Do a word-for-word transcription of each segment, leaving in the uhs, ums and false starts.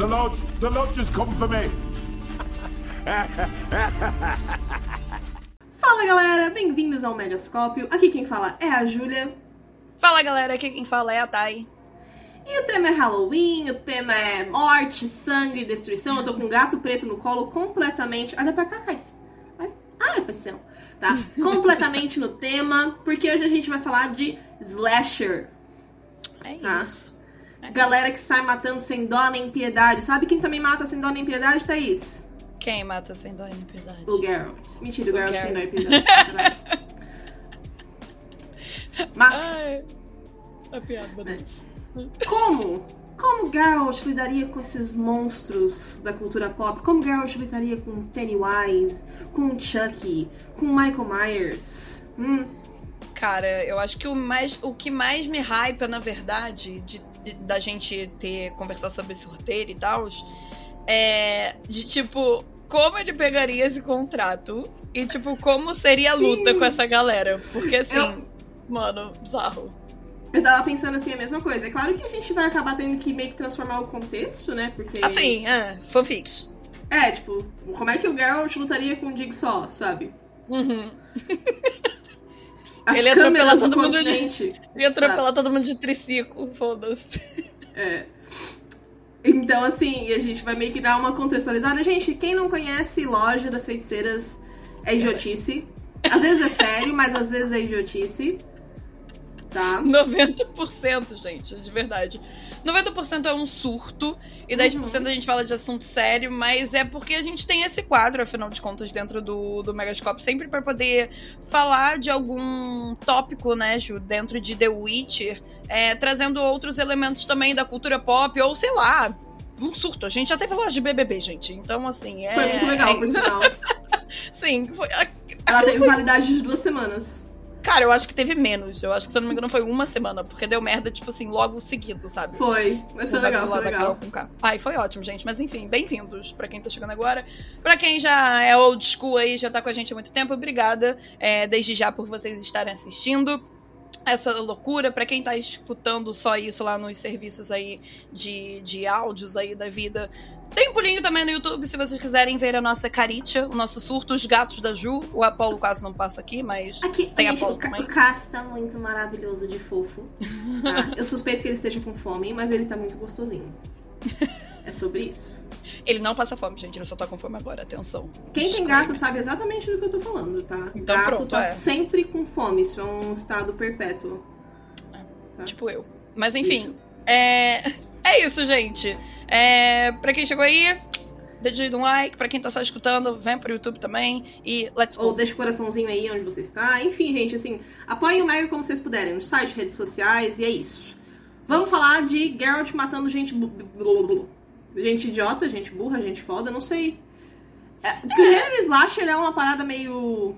The lodge, the lodge has come for me. Fala galera, bem-vindos ao Megascópio. Aqui quem fala é a Júlia. Fala galera, aqui quem fala é a Thay. E o tema é Halloween, o tema é morte, sangue, destruição. Eu tô com um gato preto no colo completamente... Olha pra cá, Cais. Ai, paixão. Tá? Completamente no tema, porque hoje a gente vai falar de slasher. É tá? isso. É Galera isso. que sai matando sem dó nem piedade. Sabe quem também mata sem dó nem piedade, Thaís? Quem mata sem dó nem piedade? O Geralt. Mentira, o, O Geralt tem dó Geralt. e piedade. Mas... Ai, a piada, meu Deus. Como? Como Geralt lidaria com esses monstros da cultura pop? Como Geralt lidaria com Pennywise, com Chucky, com Michael Myers? Hum? Cara, eu acho que o, mais, o que mais me hypa, na verdade, de, de- da gente ter conversar sobre esse roteiro e tal, é de tipo, como ele pegaria esse contrato e tipo, como seria a luta Sim. com essa galera. Porque assim, Eu- mano, bizarro. Eu tava pensando assim a mesma coisa. É claro que a gente vai acabar tendo que meio que transformar o contexto, né? Porque... Assim, é, fanfics. É, tipo, como é que o Geralt lutaria com o Jigsaw, sabe? Uhum. As Ele ia câmeras atropelar do todo mundo de- continente. Ia atropelar todo mundo de triciclo, foda-se. É. Então, assim, a gente vai meio que dar uma contextualizada. Gente, quem não conhece Loja das Feiticeiras é idiotice. Às vezes é sério, mas às vezes é idiotice. Tá? noventa por cento, gente, de verdade. noventa por cento é um surto e dez por cento a gente fala de assunto sério, mas é porque a gente tem esse quadro, afinal de contas, dentro do, do Megascope, sempre pra poder falar de algum tópico, né, Ju, dentro de The Witcher, é, trazendo outros elementos também da cultura pop, ou sei lá, um surto. A gente já teve loja de B B B, gente, então assim, é... Foi muito legal, é, por sinal. Sim, foi... Ela teve validade de duas semanas. Cara, eu acho que teve menos. Eu acho que, se eu não me engano, foi uma semana. Porque deu merda, tipo assim, logo seguido, sabe? Foi, mas foi O legal, bagulho lá foi da legal. Carol com K. Ai, foi ótimo, gente. Mas enfim, bem-vindos pra quem tá chegando agora. Pra quem já é old school aí, já tá com a gente há muito tempo, obrigada é, desde já por vocês estarem assistindo essa loucura. Pra quem tá escutando só isso lá nos serviços aí de, de áudios aí da vida, tem um pulinho também no YouTube se vocês quiserem ver a nossa caritia, o nosso surto, os gatos da Ju. O Apolo quase não passa aqui, mas Aqui, tem gente, Apolo o, Ca- também. o Cass tá muito maravilhoso de fofo. Tá? Eu suspeito que ele esteja com fome, mas ele tá muito gostosinho. É sobre isso. Ele não passa fome, gente. Ele só tá com fome agora. Atenção. Quem tem Disclaimer. gato sabe exatamente do que eu tô falando, tá? Então gato pronto, tá é. sempre com fome. Isso é um estado perpétuo. Tá? Tipo eu. Mas enfim, Isso. é... é isso, gente. É... Pra quem chegou aí, dedinho no like. Pra quem tá só escutando, vem pro YouTube também. E let's Ou go. deixa o coraçãozinho aí onde você está. Enfim, gente, assim, apoiem o Mega como vocês puderem, no site, redes sociais, e é isso. Vamos falar de Geralt matando gente... bu- bu- bu- bu- gente idiota, gente burra, gente foda, não sei. É, porque o gênero slasher é uma parada meio...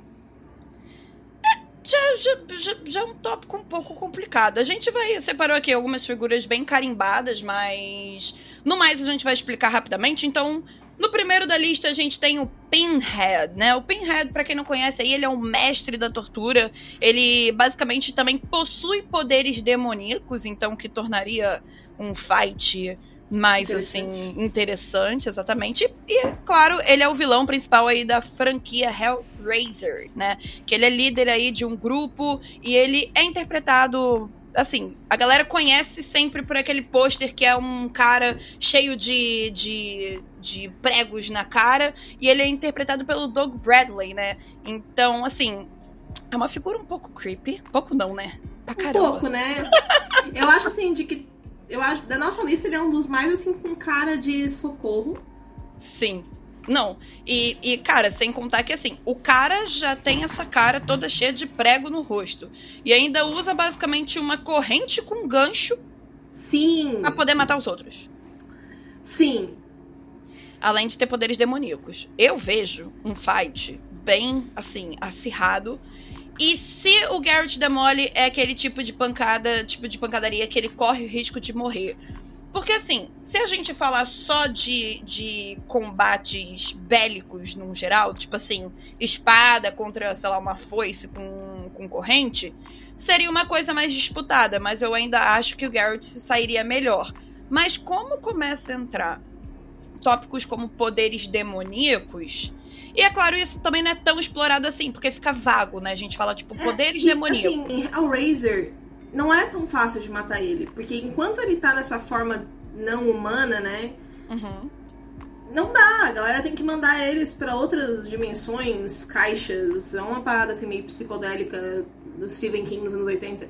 Já, já, já, já é um tópico um pouco complicado. A gente vai separou aqui algumas figuras bem carimbadas, mas no mais a gente vai explicar rapidamente. Então, no primeiro da lista a gente tem o Pinhead, né? O Pinhead, pra quem não conhece aí, ele é um mestre da tortura. Ele basicamente também possui poderes demoníacos, então que tornaria um fight mais Interessante. assim interessante, exatamente. E, claro, ele é o vilão principal aí da franquia Hellraiser, né? Que ele é líder aí de um grupo e ele é interpretado, assim, a galera conhece sempre por aquele pôster que é um cara cheio de, de, de pregos na cara, e ele é interpretado pelo Doug Bradley, né? Então, assim, é uma figura um pouco creepy. Pouco não, né? Pra Um caramba. pouco, né? Eu acho assim, de que... Eu acho, da nossa lista, ele é um dos mais, assim, com cara de socorro. Sim. Não. E, e, cara, sem contar que, assim, o cara já tem essa cara toda cheia de prego no rosto. E ainda usa, basicamente, uma corrente com gancho Sim. pra poder matar os outros. Sim. Além de ter poderes demoníacos. Eu vejo um fight bem, assim, acirrado. E se o Geralt da Mole é aquele tipo de pancada, tipo de pancadaria que ele corre o risco de morrer. Porque, assim, se a gente falar só de, de combates bélicos num geral, tipo assim, espada contra, sei lá, uma foice com, com corrente, seria uma coisa mais disputada, mas eu ainda acho que o Geralt sairia melhor. Mas como começa a entrar tópicos como poderes demoníacos. E é claro, isso também não é tão explorado assim, porque fica vago, né? A gente fala, tipo, poderes é, e, demoníacos. Assim, o Razor não é tão fácil de matar ele, porque enquanto ele tá nessa forma não humana, né? Uhum. Não dá, a galera tem que mandar eles pra outras dimensões, caixas. É uma parada assim meio psicodélica do Stephen King nos anos oitenta.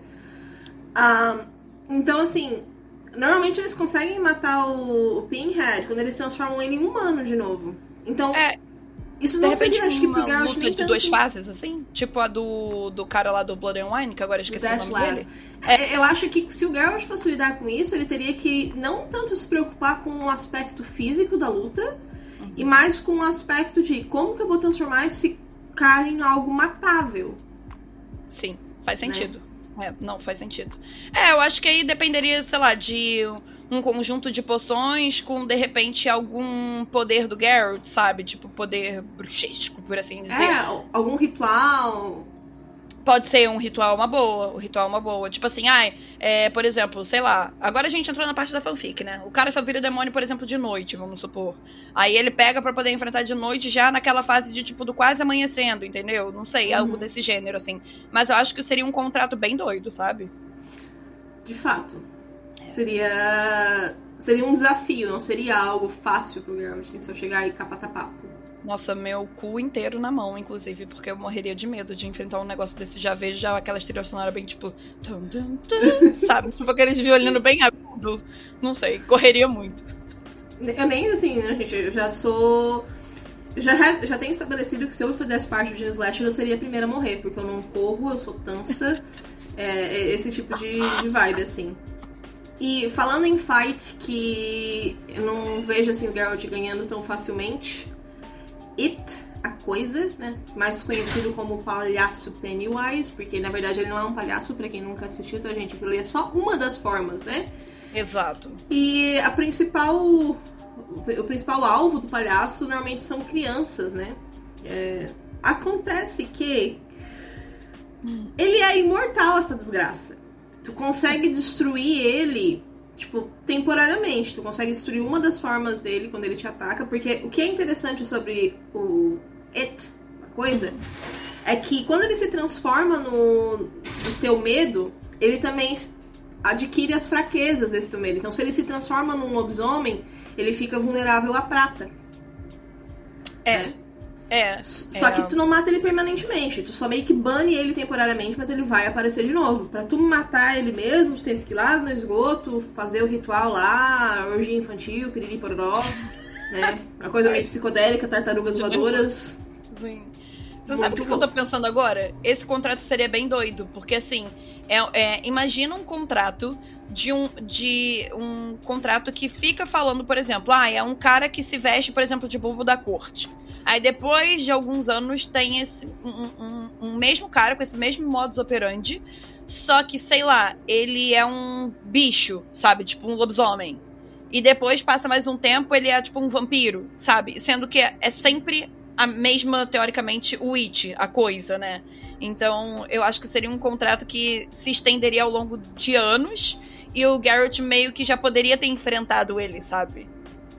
Ah, então, assim, normalmente eles conseguem matar o, o Pinhead quando eles transformam ele em humano de novo. Então, É, isso de não repente seria, acho que, uma pro Geralt luta nem de tanto... duas fases, assim? Tipo a do, do cara lá do Blood and Wine, que agora eu esqueci o nome Lab. dele. É, eu acho que se o Geralt fosse lidar com isso, ele teria que não tanto se preocupar com o aspecto físico da luta, uhum. e mais com o aspecto de como que eu vou transformar esse cara em algo matável. Sim, faz sentido. Né? É, não, faz sentido. É, eu acho que aí dependeria, sei lá, de um conjunto de poções com, de repente, algum poder do Geralt, sabe? Tipo, poder bruxístico, por assim dizer. É, algum ritual... Pode ser um ritual uma boa, o ritual uma boa. Tipo assim, ai, é, por exemplo, sei lá, agora a gente entrou na parte da fanfic, né? O cara só vira demônio, por exemplo, de noite, vamos supor. Aí ele pega pra poder enfrentar de noite já naquela fase de, tipo, do quase amanhecendo, entendeu? Não sei, uhum. algo desse gênero, assim. Mas eu acho que seria um contrato bem doido, sabe? De fato. É. Seria... Seria um desafio, não seria algo fácil pro Geralt, assim, só chegar e capata papo. Nossa, meu cu inteiro na mão, inclusive, porque eu morreria de medo de enfrentar um negócio desse. Já vejo já aquela trilha sonora bem, tipo... Tum, tum, tum, sabe? Tipo aqueles violinos bem agudo. Não sei, correria muito. Eu nem, assim, né, gente? Eu já sou... Eu já, já tenho estabelecido que se eu fizesse parte do Gene Slasher, eu seria a primeira a morrer, porque eu não corro, eu sou tansa. É, esse tipo de, de vibe, assim. E falando em fight, que eu não vejo, assim, o Geralt ganhando tão facilmente... It, a coisa, né? Mais conhecido como o palhaço Pennywise, porque na verdade ele não é um palhaço, pra quem nunca assistiu, tá, gente? Aquilo ali é só uma das formas, né? Exato. E a principal... O principal alvo do palhaço normalmente são crianças, né? É, acontece que hum. ele é imortal, essa desgraça. Tu consegue destruir ele... Tipo, temporariamente, tu consegue destruir uma das formas dele quando ele te ataca, porque o que é interessante sobre o It, a coisa, é que quando ele se transforma no, no teu medo, ele também adquire as fraquezas desse teu medo. Então, se ele se transforma num lobisomem, ele fica vulnerável à prata. É. Né? É. Só é. que tu não mata ele permanentemente. Tu só meio que bane ele temporariamente, mas ele vai aparecer de novo. Pra tu matar ele mesmo, tu tem que ir lá no esgoto, fazer o ritual lá, orgia infantil, piriri pororó, né? Uma coisa meio psicodélica, tartarugas voadoras. Sim. Você Muito sabe o que eu tô pensando agora? Esse contrato seria bem doido, porque assim, é, é, imagina um contrato de um, de um contrato que fica falando, por exemplo, ah, é um cara que se veste, por exemplo, de bobo da corte. Aí depois de alguns anos tem esse, um, um, um mesmo cara com esse mesmo modus operandi, só que, sei lá, ele é um bicho, sabe? Tipo um lobisomem. E depois passa mais um tempo, ele é tipo um vampiro, sabe? Sendo que é sempre a mesma, teoricamente, o It, a coisa, né? Então, eu acho que seria um contrato que se estenderia ao longo de anos e o Geralt meio que já poderia ter enfrentado ele, sabe?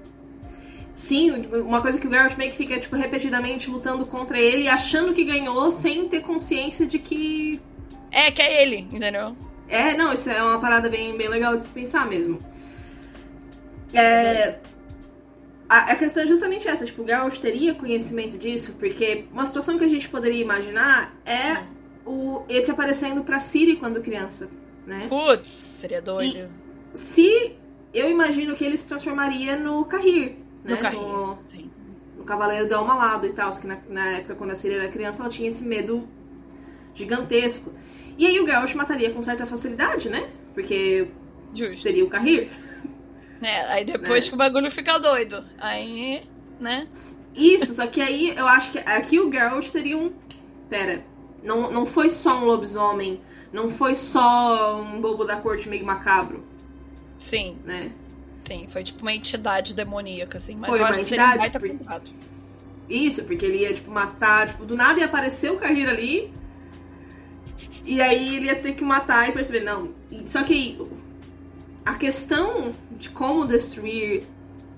Sim, uma coisa que o Geralt meio que fica, tipo, repetidamente lutando contra ele, achando que ganhou, sem ter consciência de que... É, que é ele, entendeu? É, não, isso é uma parada bem, bem legal de se pensar mesmo. É... A, a questão é justamente essa, tipo, o Geralt teria conhecimento disso, porque uma situação que a gente poderia imaginar é o It aparecendo pra Ciri quando criança, né? Putz, seria doido. E se eu imagino que ele se transformaria no Cahir, né? No Cahir, no, sim. No Cavaleiro do Almalado e tal, que na, na época, quando a Ciri era criança, ela tinha esse medo gigantesco. E aí o Geralt mataria com certa facilidade, né? Porque Justo. Seria o Cahir. É, aí depois né? que o bagulho fica doido. Aí, né? Isso, só que aí eu acho que aqui o Geralt teria um... Pera, não, não foi só um lobisomem, não foi só um bobo da corte meio macabro. Sim. Né? Sim, foi tipo uma entidade demoníaca, assim. Mas foi eu uma acho que entidade, seria um baita porque... contrato. Isso, porque ele ia, tipo, matar, tipo, do nada ia aparecer o Cahir ali, e aí ele ia ter que matar e perceber, não. Só que a questão de como destruir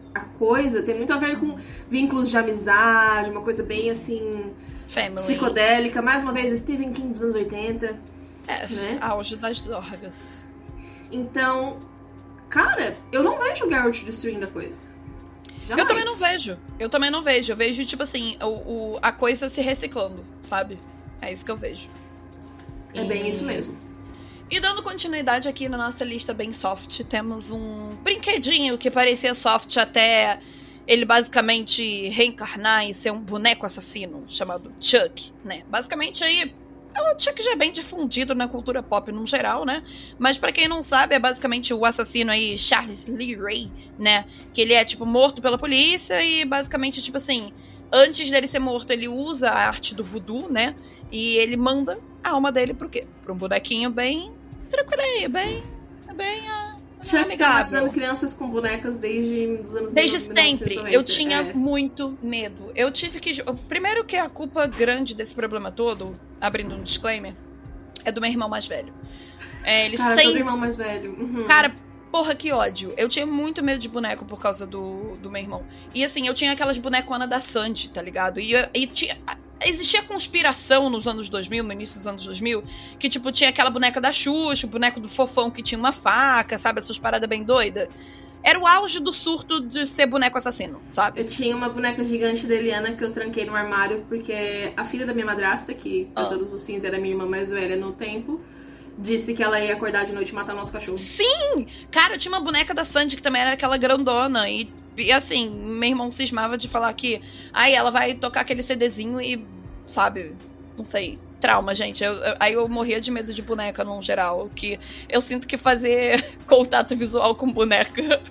a coisa tem muito a ver com vínculos de amizade, uma coisa bem assim... Family. Psicodélica. Mais uma vez, Stephen King dos anos oitenta. É, né? auge das drogas. Então, cara, eu não vejo o Geralt destruindo a coisa. Jamais. Eu também não vejo. Eu também não vejo. Eu vejo, tipo assim, o, o, a coisa se reciclando, sabe? É isso que eu vejo. É e... bem isso mesmo. E dando continuidade aqui na nossa lista bem soft, temos um brinquedinho que parecia soft até ele basicamente reencarnar e ser um boneco assassino, chamado Chuck, né? Basicamente aí, o Chuck já é bem difundido na cultura pop no geral, né? Mas pra quem não sabe, é basicamente o assassino aí, Charles Lee Ray, né? Que ele é, tipo, morto pela polícia e basicamente, tipo assim, antes dele ser morto, ele usa a arte do voodoo, né? E ele manda a alma dele pro quê? Pra um bonequinho bem tranquilinho, bem... bem uh, Chuck tá fazendo crianças com bonecas desde os anos Desde sempre. Eu tinha é. muito medo. Eu tive que... Primeiro que a culpa grande desse problema todo, abrindo um disclaimer, é do meu irmão mais velho. É, ele Cara, sempre... do irmão mais velho. Uhum. Cara, porra, que ódio. Eu tinha muito medo de boneco por causa do, do meu irmão. E assim, eu tinha aquelas boneconas da Sandy, tá ligado? E, e tinha... Existia conspiração nos anos dois mil, no início dos anos dois mil, que, tipo, tinha aquela boneca da Xuxa, o boneco do Fofão que tinha uma faca, sabe? Essas paradas bem doidas. Era o auge do surto de ser boneco assassino, sabe? Eu tinha uma boneca gigante da Eliana que eu tranquei no armário porque a filha da minha madrasta, que pra ah. todos os fins era minha irmã mais velha no tempo, disse que ela ia acordar de noite e matar nosso cachorro. Sim! Cara, eu tinha uma boneca da Sandy que também era aquela grandona e... E assim, meu irmão cismava de falar que aí ela vai tocar aquele CDzinho e, sabe, não sei, trauma, gente. Eu, eu, aí eu morria de medo de boneca no geral, que eu sinto que fazer contato visual com boneca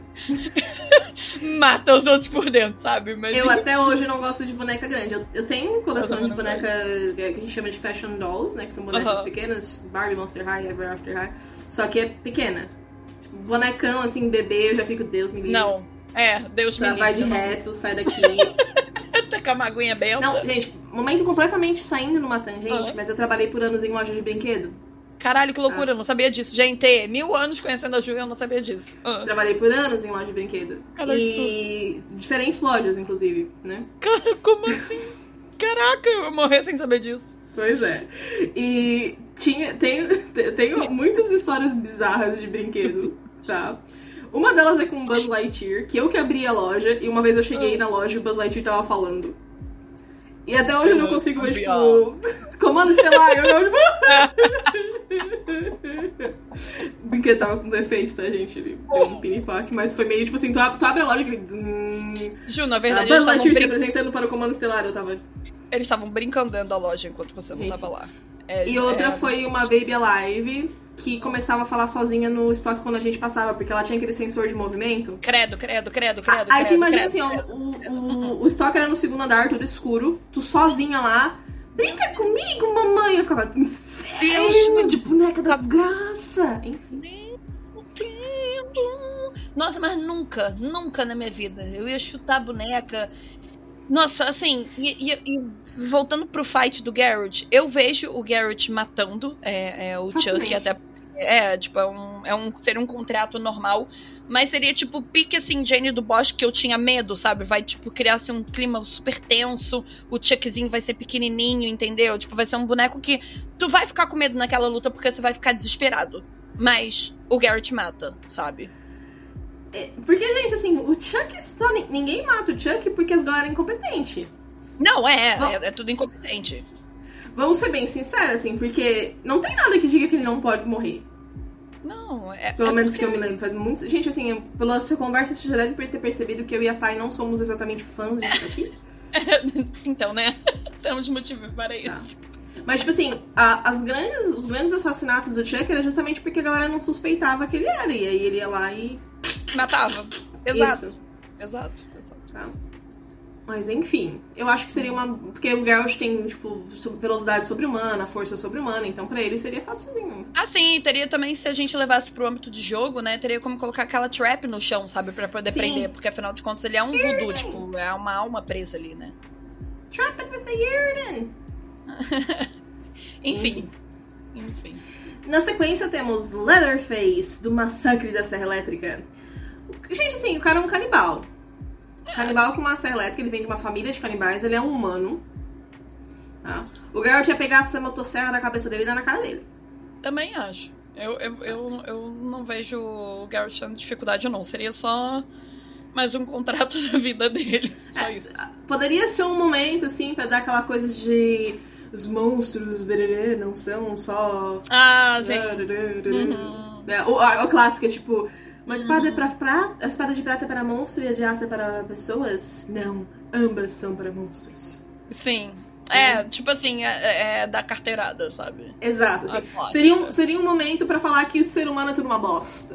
mata os outros por dentro, sabe? Mas... Eu até hoje não gosto de boneca grande. Eu, eu tenho uma coleção de boneca que a gente chama de fashion dolls, né, que são bonecas uh-huh. pequenas, Barbie, Monster High, Ever After High, só que é pequena. Tipo, bonecão, assim, bebê, eu já fico, Deus me livre. Não. É, Deus me livre. Vai de reto, sai daqui. Tá com a maguinha benta. Não, gente, momento completamente saindo numa tangente, uhum. mas eu trabalhei por anos em loja de brinquedo. Caralho, que loucura, ah. eu não sabia disso. Gente, mil anos conhecendo a Ju, eu não sabia disso. Uhum. Trabalhei por anos em loja de brinquedo. Caralho, e que diferentes lojas, inclusive, né? Cara, como assim? Caraca, eu vou morrer sem saber disso. Pois é. E tinha, tenho, tenho muitas histórias bizarras de brinquedo, tá? Uma delas é com o Buzz Lightyear, que eu que abri a loja, e uma vez eu cheguei na loja e o Buzz Lightyear tava falando. E até hoje eu não consigo ver, tipo, Comando Estelar, eu não... O brinquedo tava com defeito, tá, gente? Ele deu um pinipaque, mas foi meio, tipo assim, tu, tu abre a loja e ele... Ju, na verdade, ah, eles Buzz Lightyear brin... se apresentando para o Comando Estelar, eu tava... Eles estavam brincando dentro da loja enquanto você não gente. tava lá. É, e outra é... foi uma Baby Alive... que começava a falar sozinha no estoque quando a gente passava, porque ela tinha aquele sensor de movimento. Credo, credo, credo, credo. Aí credo, tu imagina credo, assim, credo, ó, o, credo. o, o estoque era no segundo andar, tudo escuro, tu sozinha lá, brinca comigo, mamãe. Eu ficava, Deus de boneca da desgraça. Enfim. Nossa, mas nunca, nunca na minha vida. Eu ia chutar a boneca. Nossa, assim, e, e, e voltando pro fight do Geralt, eu vejo o Geralt matando é, é, o Chuck até. É, tipo, é um, é um, seria um contrato normal, mas seria, tipo, pique, assim, Jenny do Bosque, que eu tinha medo, sabe? Vai, tipo, criar, assim, um clima super tenso, o Chuckzinho vai ser pequenininho, entendeu? Tipo, vai ser um boneco que tu vai ficar com medo naquela luta porque você vai ficar desesperado, mas o Geralt mata, sabe? É, porque, gente, assim, o Chuck só... Ninguém mata o Chuck porque as galera é incompetente. Não, é, é, é tudo incompetente. Vamos ser bem sinceros, assim, porque não tem nada que diga que ele não pode morrer. Não, é... Pelo é menos porque... que eu me lembro. Faz muito... Gente, assim, eu, pela sua conversa, você já deve ter percebido que eu e a Thay não somos exatamente fãs disso aqui. Então, né? Temos motivo para isso. Tá. Mas, tipo assim, a, as grandes, os grandes assassinatos do Chuck era justamente porque a galera não suspeitava que ele era. E aí ele ia lá e... matava. Exato. Isso. Exato. Exato. Tá. Mas, enfim, eu acho que seria uma... Porque o Geralt tem, tipo, velocidade sobre-humana, força sobre-humana, então pra ele seria facilzinho. Ah, sim, teria também, se a gente levasse pro âmbito de jogo, né, teria como colocar aquela trap no chão, sabe, pra poder sim. prender, porque afinal de contas ele é um voodoo, tipo, é uma alma presa ali, né. Trap it with the Yurden! Enfim. Enfim. Na sequência temos Leatherface, do Massacre da Serra Elétrica. Gente, assim, o cara é um canibal. Canibal com uma serra elétrica, ele vem de uma família de canibais, ele é um humano. Tá? O Geralt ia pegar essa motosserra da cabeça dele e dar na cara dele. Também acho. Eu, eu, eu, eu não vejo o Geralt tendo dificuldade, não. Seria só mais um contrato na vida dele. Só É, isso. poderia ser um momento, assim, pra dar aquela coisa de... Os monstros, bererê, não são só... Ah, sim. Uhum. É, o, a, o clássico é tipo... Uma espada, é pra prata, a espada de prata é para monstro e a de aço é para pessoas? Não, ambas são para monstros. Sim. É, tipo assim, é, é da carteirada, sabe? Exato, assim. Ah, seria, um, seria um momento pra falar que o ser humano é tudo uma bosta.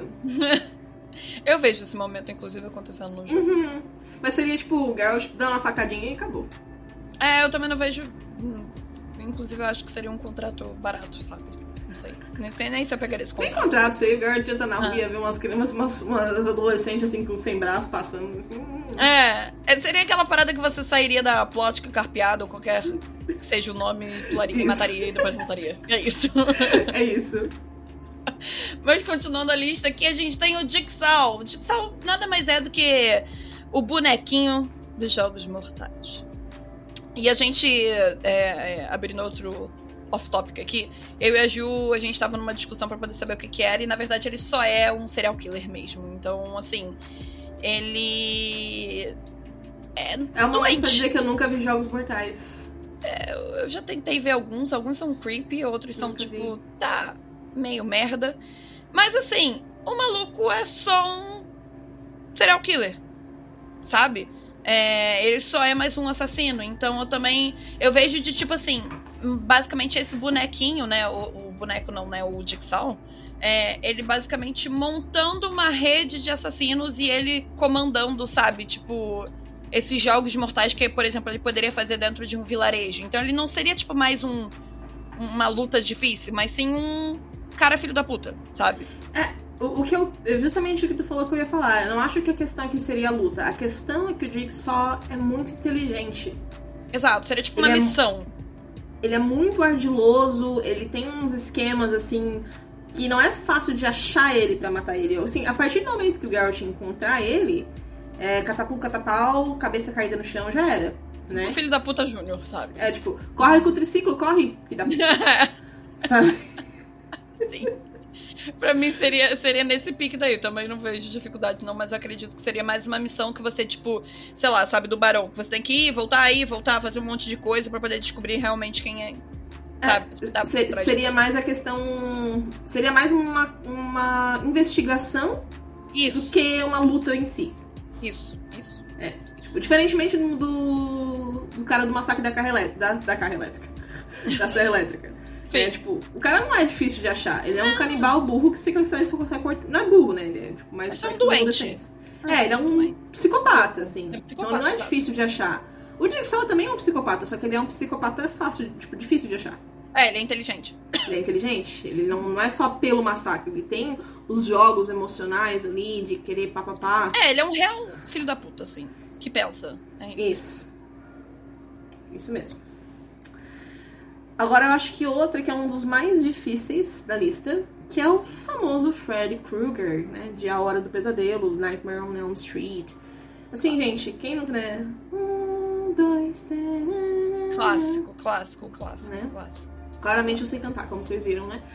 Eu vejo esse momento, inclusive, acontecendo no jogo. Uhum. Mas seria tipo, o Geralt dá uma facadinha e acabou. É, eu também não vejo... Inclusive, eu acho que seria um contrato barato, sabe? Não sei. Nem sei nem se eu pegaria esse Tem contrato. contrato, sei, o Geralt já tá na rua Ah. e ia ver umas, umas, umas, umas adolescentes assim com sem braço passando. Assim. É, é, seria aquela parada que você sairia da plótica carpeada ou qualquer que seja o nome, pularia, Isso. mataria e depois voltaria. É isso. É isso. Mas continuando a lista aqui, a gente tem o Jigsaw. O Jigsaw nada mais é do que o bonequinho dos Jogos Mortais. E a gente, é, é, abrindo outro off-topic aqui, eu e a Ju, a gente tava numa discussão pra poder saber o que que era, e na verdade ele só é um serial killer mesmo. Então, assim, ele... É, É um momento pra doente. dizer que eu nunca vi Jogos Mortais. Eu já tentei ver alguns, alguns são creepy, outros são Nunca tipo, vi. tá, meio merda. Mas assim, o maluco é só um serial killer, sabe? É, ele só é mais um assassino, então eu também, eu vejo de tipo assim, basicamente esse bonequinho, né, o, o boneco não, né, o Jigsaw, é, ele basicamente montando uma rede de assassinos e ele comandando, sabe, tipo... esses jogos mortais que, por exemplo, ele poderia fazer dentro de um vilarejo. Então ele não seria, tipo, mais um uma luta difícil, mas sim um cara filho da puta, sabe? O, o que eu... Justamente o que tu falou que eu ia falar. Eu não acho que a questão aqui seria a luta. A questão é que o Jigsaw é muito inteligente. Exato, seria tipo uma Ele é- missão. Ele é muito ardiloso, ele tem uns esquemas, assim... que não é fácil de achar ele pra matar ele. Assim, a partir do momento que o Geralt encontrar ele... É, catapum, catapau, cabeça caída no chão, já era, né? O filho da puta júnior, sabe? É tipo, corre com o triciclo, corre, filho da puta. Sabe? Sim. Pra mim seria, seria nesse pique daí. Também não vejo dificuldade não, mas eu acredito que seria mais uma missão que você, tipo, sei lá, sabe, do barão. Que você tem que ir, voltar aí, voltar, fazer um monte de coisa pra poder descobrir realmente quem é. Sabe? É, Dá se- pra seria gente. mais a questão... Seria mais uma, uma investigação Isso, do que uma luta em si. isso, isso. Tipo, diferentemente do, do, do cara do massacre da carro elétrica. Da, da carro elétrica. Da serra elétrica. Sim. É, tipo, o cara não é difícil de achar. Ele é um canibal burro que você consegue, você consegue cortar. Não é burro, né? Ele é tipo, mais. Mas é um perto da doente. adolescência. É, ele é um psicopata, assim. É um psicopata, então não é sabe? difícil de achar. O Jigsaw também é um psicopata, só que ele é um psicopata fácil, tipo, difícil de achar. É, ele é inteligente. Ele é inteligente, ele não, não é só pelo massacre, ele tem os jogos emocionais ali, de querer papapá. É, ele é um real filho da puta, assim. Que pensa. É isso. Isso. Isso mesmo. Agora eu acho que outra que é um dos mais difíceis da lista, que é o famoso Freddy Krueger, né? De A Hora do Pesadelo, Nightmare on Elm Street. Assim, gente, quem nunca, né? Um, dois, três... Clássico, clássico, clássico, Né? clássico. Claramente eu sei cantar, como vocês viram, né?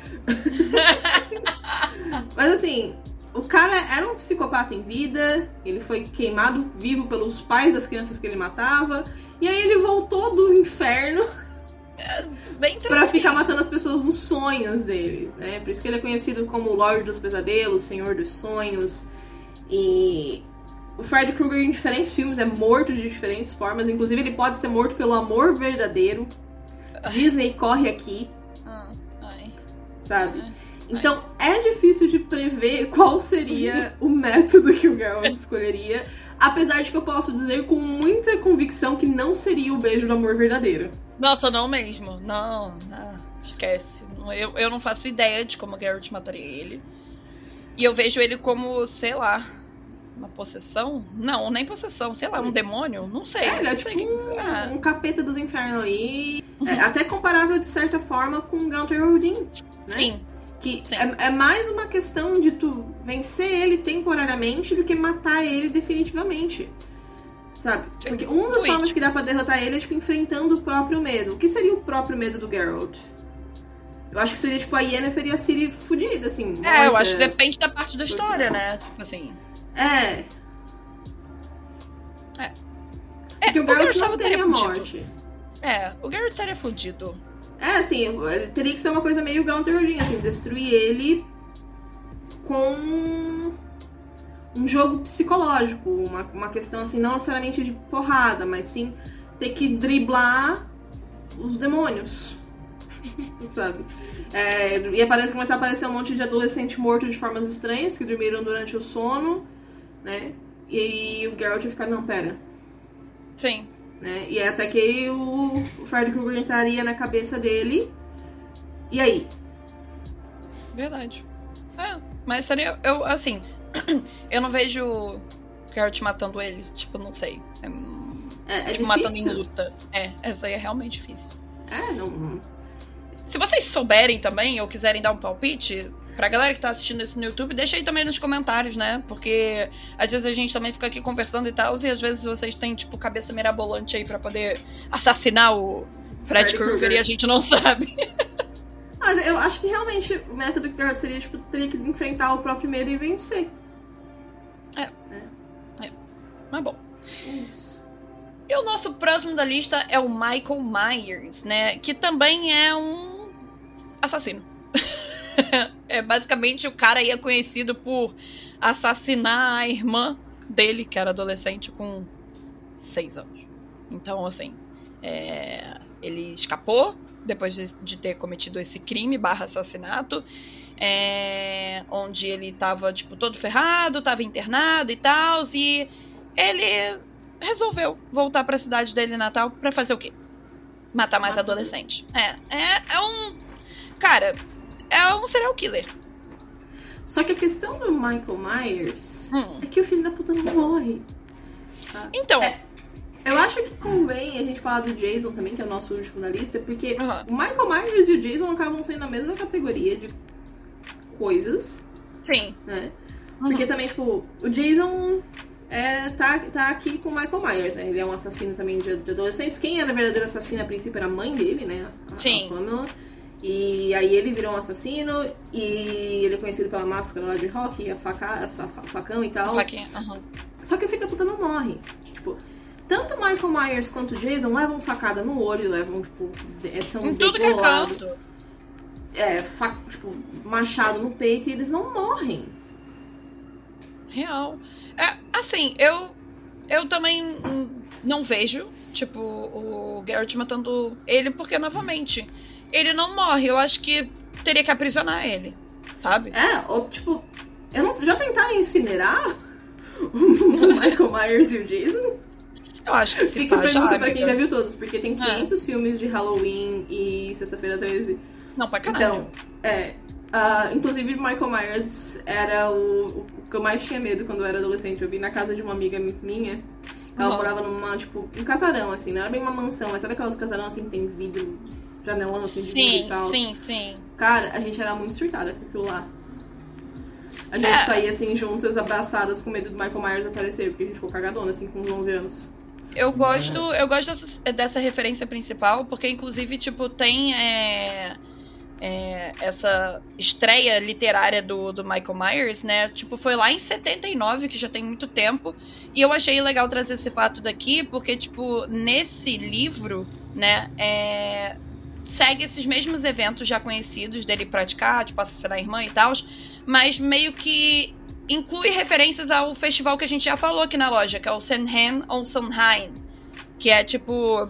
Mas assim, o cara era um psicopata em vida, ele foi queimado vivo pelos pais das crianças que ele matava, e aí ele voltou do inferno Bem pra tranquilo. ficar matando as pessoas nos sonhos deles, né? Por isso que ele é conhecido como o Lorde dos Pesadelos, Senhor dos Sonhos. E o Freddy Krueger em diferentes filmes é morto de diferentes formas, inclusive ele pode ser morto pelo amor verdadeiro. Disney corre aqui, Ah, ai. sabe? É. Então Mas- é difícil de prever qual seria o método que o Geralt escolheria, apesar de que eu posso dizer com muita convicção que não seria o beijo do amor verdadeiro. Nossa, não mesmo. Não, não. Esquece. Eu, eu não faço ideia de como o Geralt mataria ele. E eu vejo ele como, sei lá, uma possessão? Não, nem possessão. Sei lá, um demônio? Não sei. É, ele é não sei tipo que- um, ah, um capeta dos infernos ali. É, até comparável de certa forma com o Gunter Odin, né? Sim. Que Sim. é, é mais uma questão de tu vencer ele temporariamente do que matar ele definitivamente. Sabe? Porque uma das formas que dá pra derrotar ele é, tipo, enfrentando o próprio medo. O que seria o próprio medo do Geralt? Eu acho que seria, tipo, a Yennefer e a Ciri fudida, assim. É, eu acho que depende da parte da história, né? Tipo assim... É. É. Porque é, o Geralt o não teria morte. É, o Geralt estaria fudido. É, assim, teria que ser uma coisa meio Gaunter, assim, destruir ele com um jogo psicológico, uma, uma questão, assim, não necessariamente de porrada, mas sim ter que driblar os demônios, sabe? É, e aparece, começar a aparecer um monte de adolescente morto de formas estranhas, que dormiram durante o sono, né? E aí o Geralt ia ficar, não, pera. Sim. Né? E até que o, o Freddy Krueger entraria na cabeça dele. E aí? Verdade. É, mas seria, eu, assim, eu não vejo o Geralt matando ele, tipo, não sei. É, é, é tipo, difícil. matando em luta. É, essa aí é realmente difícil. É, não... Se vocês souberem também, ou quiserem dar um palpite, pra galera que tá assistindo isso no YouTube, deixa aí também nos comentários, né? Porque às vezes a gente também fica aqui conversando e tal, e às vezes vocês têm, tipo, cabeça mirabolante aí pra poder assassinar o Fred Krueger e a gente não sabe. Mas eu acho que realmente o método que Geralt seria, tipo, teria que enfrentar o próprio medo e vencer. É. É. é. Mas bom. Isso. E o nosso próximo da lista é o Michael Myers, né? Que também é um assassino. É, basicamente o cara aí é conhecido por assassinar a irmã dele, que era adolescente, com seis anos. Então, assim, é, ele escapou depois de, de ter cometido esse crime barra assassinato, é, onde ele tava, tipo, todo ferrado, tava internado e tal, e ele resolveu voltar pra cidade dele natal pra fazer o quê? Matar mais Matar. adolescente. É, é, é um... Cara, é um serial killer. Só que a questão do Michael Myers Hum. é que o filho da puta não morre. Tá? Então... É, eu acho que convém a gente falar do Jason também, que é o nosso último na lista, porque Uhum. o Michael Myers e o Jason acabam sendo a mesma categoria de coisas, Sim. né? Uhum. Porque também, tipo, o Jason é, tá, tá aqui com o Michael Myers, né? Ele é um assassino também de, de adolescentes. Quem era a verdadeira assassina a princípio era a mãe dele, né? A, Sim. a Pamela. E aí ele virou um assassino e ele é conhecido pela máscara lá de rock, a faca, a sua fa- facão e tal. Faquinha. Uhum. Só que o filho da puta não morre. Tipo, tanto o Michael Myers quanto o Jason levam facada no olho, levam, tipo, é, são Em tudo que é degolados. canto. É, fa- tipo, machado no peito e eles não morrem. Real. É, assim, eu eu também hum, não vejo, tipo, o Geralt matando ele, porque, novamente, ele não morre. Eu acho que teria que aprisionar ele, sabe? É, ou tipo, eu não, já tentaram incinerar o Michael Myers e o Jason? Eu acho que se Fica a pá, já, pergunta pra quem amiga. já viu todos, porque tem quinhentos filmes de Halloween e Sexta-feira treze. Não, pra caralho. Então, é. Uh, inclusive, Michael Myers era o, o que eu mais tinha medo quando eu era adolescente. Eu vi na casa de uma amiga minha. Ela Uhum. morava numa, tipo, um casarão, assim. Não era bem uma mansão, mas sabe aquelas casarão, assim, que tem vidro, janelão, assim, de vidro Sim, e tal? sim, sim. Cara, a gente era muito surtada com aquilo lá. A gente É. saía, assim, juntas, abraçadas, com medo do Michael Myers aparecer, porque a gente ficou cagadona, assim, com uns onze anos. Eu gosto, eu gosto dessa, dessa referência principal, porque, inclusive, tipo, tem é, é, essa estreia literária do, do Michael Myers, né? Tipo, foi lá em setenta e nove, que já tem muito tempo, e eu achei legal trazer esse fato daqui, porque, tipo, nesse livro, né, é, segue esses mesmos eventos já conhecidos dele praticar, tipo, assassinar a irmã e tal, mas meio que inclui referências ao festival que a gente já falou aqui na loja, que é o Samhain ou Samhain, que é tipo...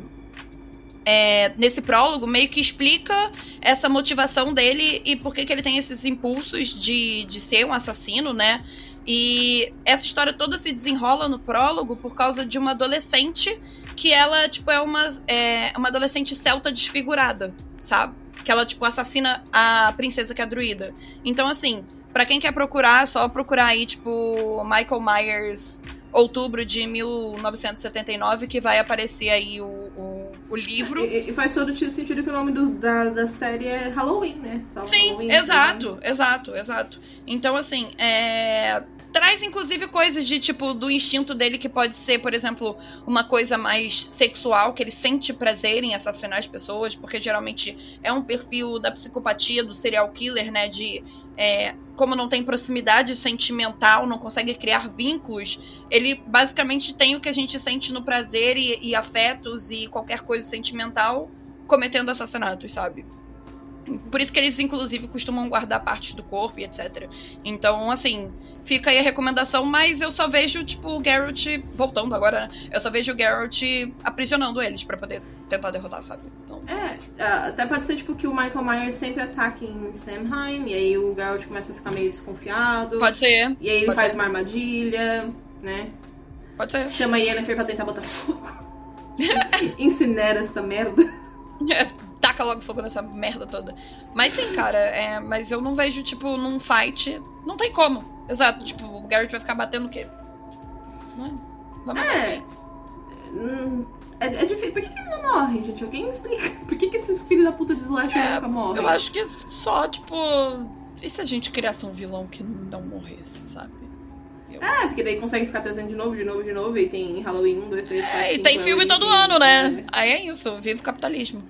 É, nesse prólogo, meio que explica essa motivação dele e por que, que ele tem esses impulsos de, de ser um assassino, né? E essa história toda se desenrola no prólogo por causa de uma adolescente que ela, tipo, é uma, é uma adolescente celta desfigurada, sabe? Que ela, tipo, assassina a princesa que é druida. Então, assim... Pra quem quer procurar, é só procurar aí, tipo, Michael Myers, outubro de mil novecentos e setenta e nove, que vai aparecer aí o, o, o livro. E, e faz todo sentido que o nome do, da, da série é Halloween, né? Só Sim, Halloween, exato, exato, exato. Então, assim, é... traz, inclusive, coisas de, tipo, do instinto dele que pode ser, por exemplo, uma coisa mais sexual, que ele sente prazer em assassinar as pessoas, porque geralmente é um perfil da psicopatia, do serial killer, né, de... É, como não tem proximidade sentimental, não consegue criar vínculos, ele basicamente tem o que a gente sente no prazer e, e afetos e qualquer coisa sentimental cometendo assassinatos, sabe? Por isso que eles, inclusive, costumam guardar partes do corpo e etcétera. Então, assim, fica aí a recomendação, mas eu só vejo, tipo, o Geralt, voltando agora, né? Eu só vejo o Geralt aprisionando eles pra poder tentar derrotar, sabe? Então, é, até pode ser, tipo, que o Michael Myers sempre ataque em Samhain, e aí o Geralt começa a ficar meio desconfiado. Pode ser. E aí ele pode faz ser. uma armadilha, né? Pode ser. Chama a Yennefer pra tentar botar fogo. Incinera essa merda. É. Taca logo fogo nessa merda toda. Mas sim, cara, é, mas eu não vejo, tipo, num fight. Não tem como. Exato, tipo, o Geralt vai ficar batendo o quê? Não é? Vai matar É. alguém. Hum, É, é difícil. Por que, que ele não morre, gente? Alguém me explica. Por que, que esses filhos da puta de slasher É, nunca morrem? Eu acho que só, tipo. E se a gente criasse um vilão que não morresse, sabe? Eu... É, porque daí consegue ficar trazendo de novo, de novo, de novo. E tem Halloween um, dois, três, quatro, É, e cinco, tem filme Halloween, todo quinze, ano, né? né? Aí é isso, vive o capitalismo.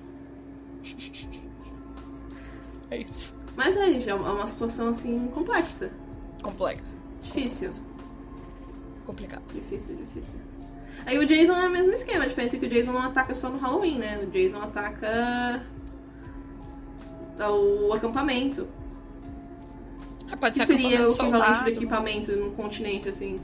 É isso. Mas é, gente, é uma situação assim complexa. Complexo. Difícil. Complicado. Difícil, difícil. Aí o Jason é o mesmo esquema, a diferença é que o Jason não ataca só no Halloween, né? O Jason ataca o acampamento. Ah, pode Que ser seria o equivalente soldado. do equipamento no continente, assim.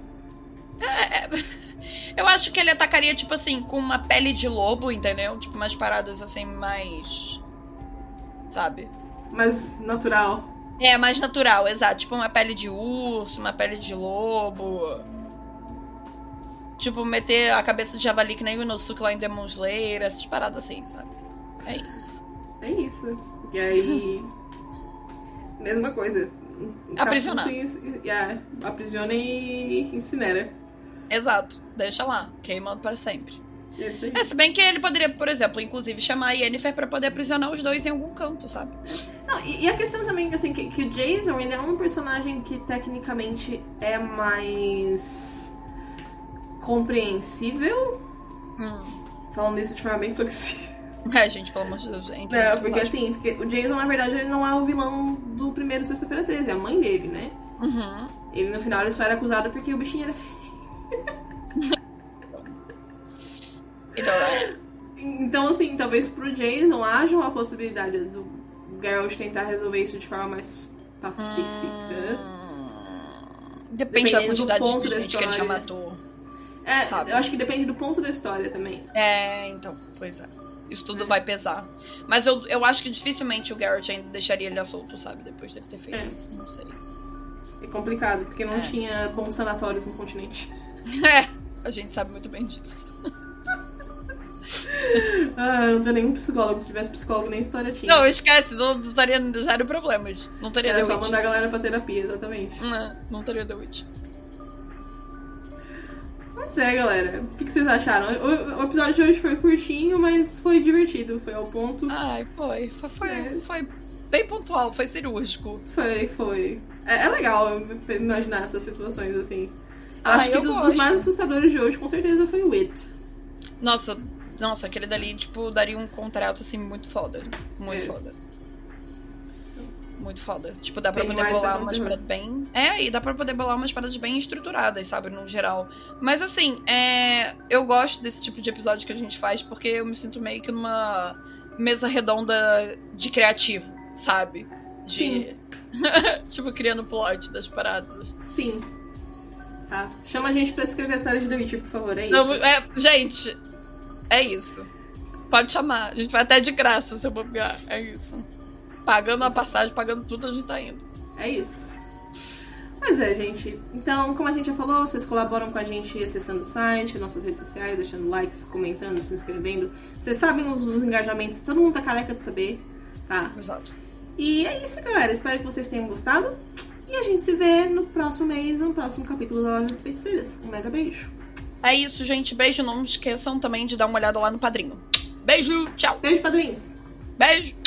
É, eu acho que ele atacaria, tipo assim, com uma pele de lobo, entendeu? Tipo, umas paradas assim, mais... Sabe? Mas natural. É, mais natural, exato. Tipo, uma pele de urso, uma pele de lobo. Tipo, meter a cabeça de javali que nem o Inosuke lá em Demon Slayer, essas paradas assim, sabe? É isso. É isso. E aí... mesma coisa. Aprisionar. Yeah, aprisiona e incinera. Exato. Deixa lá, queimando para sempre. É isso aí. É, se bem que ele poderia, por exemplo, inclusive chamar a Yennefer pra poder aprisionar os dois em algum canto, sabe? Não, e, e a questão também, assim, que, que o Jason, ele é um personagem que tecnicamente é mais compreensível. Hum. Falando isso de forma bem flexível. É, gente, pelo amor de Deus, gente. Não, porque assim, porque o Jason, na verdade, ele não é o vilão do primeiro Sexta-feira treze, é a mãe dele, né? Uhum. Ele, no final, ele só era acusado porque o bichinho era feio. Então, é. Então, assim, talvez pro Jason haja uma possibilidade do Geralt tentar resolver isso de forma mais pacífica. Hum... Depende da Dependendo do quantidade ponto de da gente que ele já história. matou. É, Sabe? eu acho que depende do ponto da história também. É, então, pois é. Isso tudo vai pesar. Mas eu, eu acho que dificilmente o Geralt ainda deixaria ele solto, sabe? Depois dele ter feito É. isso, não sei. É complicado, porque não É. tinha bons sanatórios no continente. É, a gente sabe muito bem disso. Ah, não tinha nenhum psicólogo. Se tivesse psicólogo, nem história tinha. Não, esquece, não, não teria zero problemas. Não teria Era The só Witch. mandar a galera pra terapia, exatamente. Não, não teria The Witch. Mas é, galera. O que que vocês acharam? O, o episódio de hoje foi curtinho, mas foi divertido. Foi ao ponto. Ai, foi. Foi, foi, É. foi bem pontual, foi cirúrgico. Foi, foi. É, é legal imaginar essas situações assim. Ah, Acho que eu do- dos gosto. mais assustadores de hoje, com certeza, foi o It. Nossa, nossa, aquele dali, tipo, daria um contrato, assim, muito foda. Muito É. foda. Muito foda. Tipo, dá pra Tem poder mais bolar essa umas coisa. paradas bem... É, e dá pra poder bolar umas paradas bem estruturadas, sabe, no geral. Mas, assim, é... eu gosto desse tipo de episódio que a gente faz, porque eu me sinto meio que numa mesa redonda de criativo, sabe? De... tipo, criando plot das paradas. Sim. Tá. Chama a gente pra escrever a série de The Witcher, por favor, é isso. Não, é, gente, é isso. Pode chamar. A gente vai até de graça se eu bobear. É isso. Pagando a passagem, pagando tudo, a gente tá indo. É isso. Mas é, gente. Então, como a gente já falou, vocês colaboram com a gente acessando o site, nossas redes sociais, deixando likes, comentando, se inscrevendo. Vocês sabem os, os engajamentos, todo mundo tá careca de saber, tá? Exato. E é isso, galera. Espero que vocês tenham gostado. E a gente se vê no próximo mês, no próximo capítulo da Loja das Feiticeiras. Um mega beijo. É isso, gente. Beijo. Não esqueçam também de dar uma olhada lá no Padrinho. Beijo. Tchau. Beijo, padrinhos. Beijo.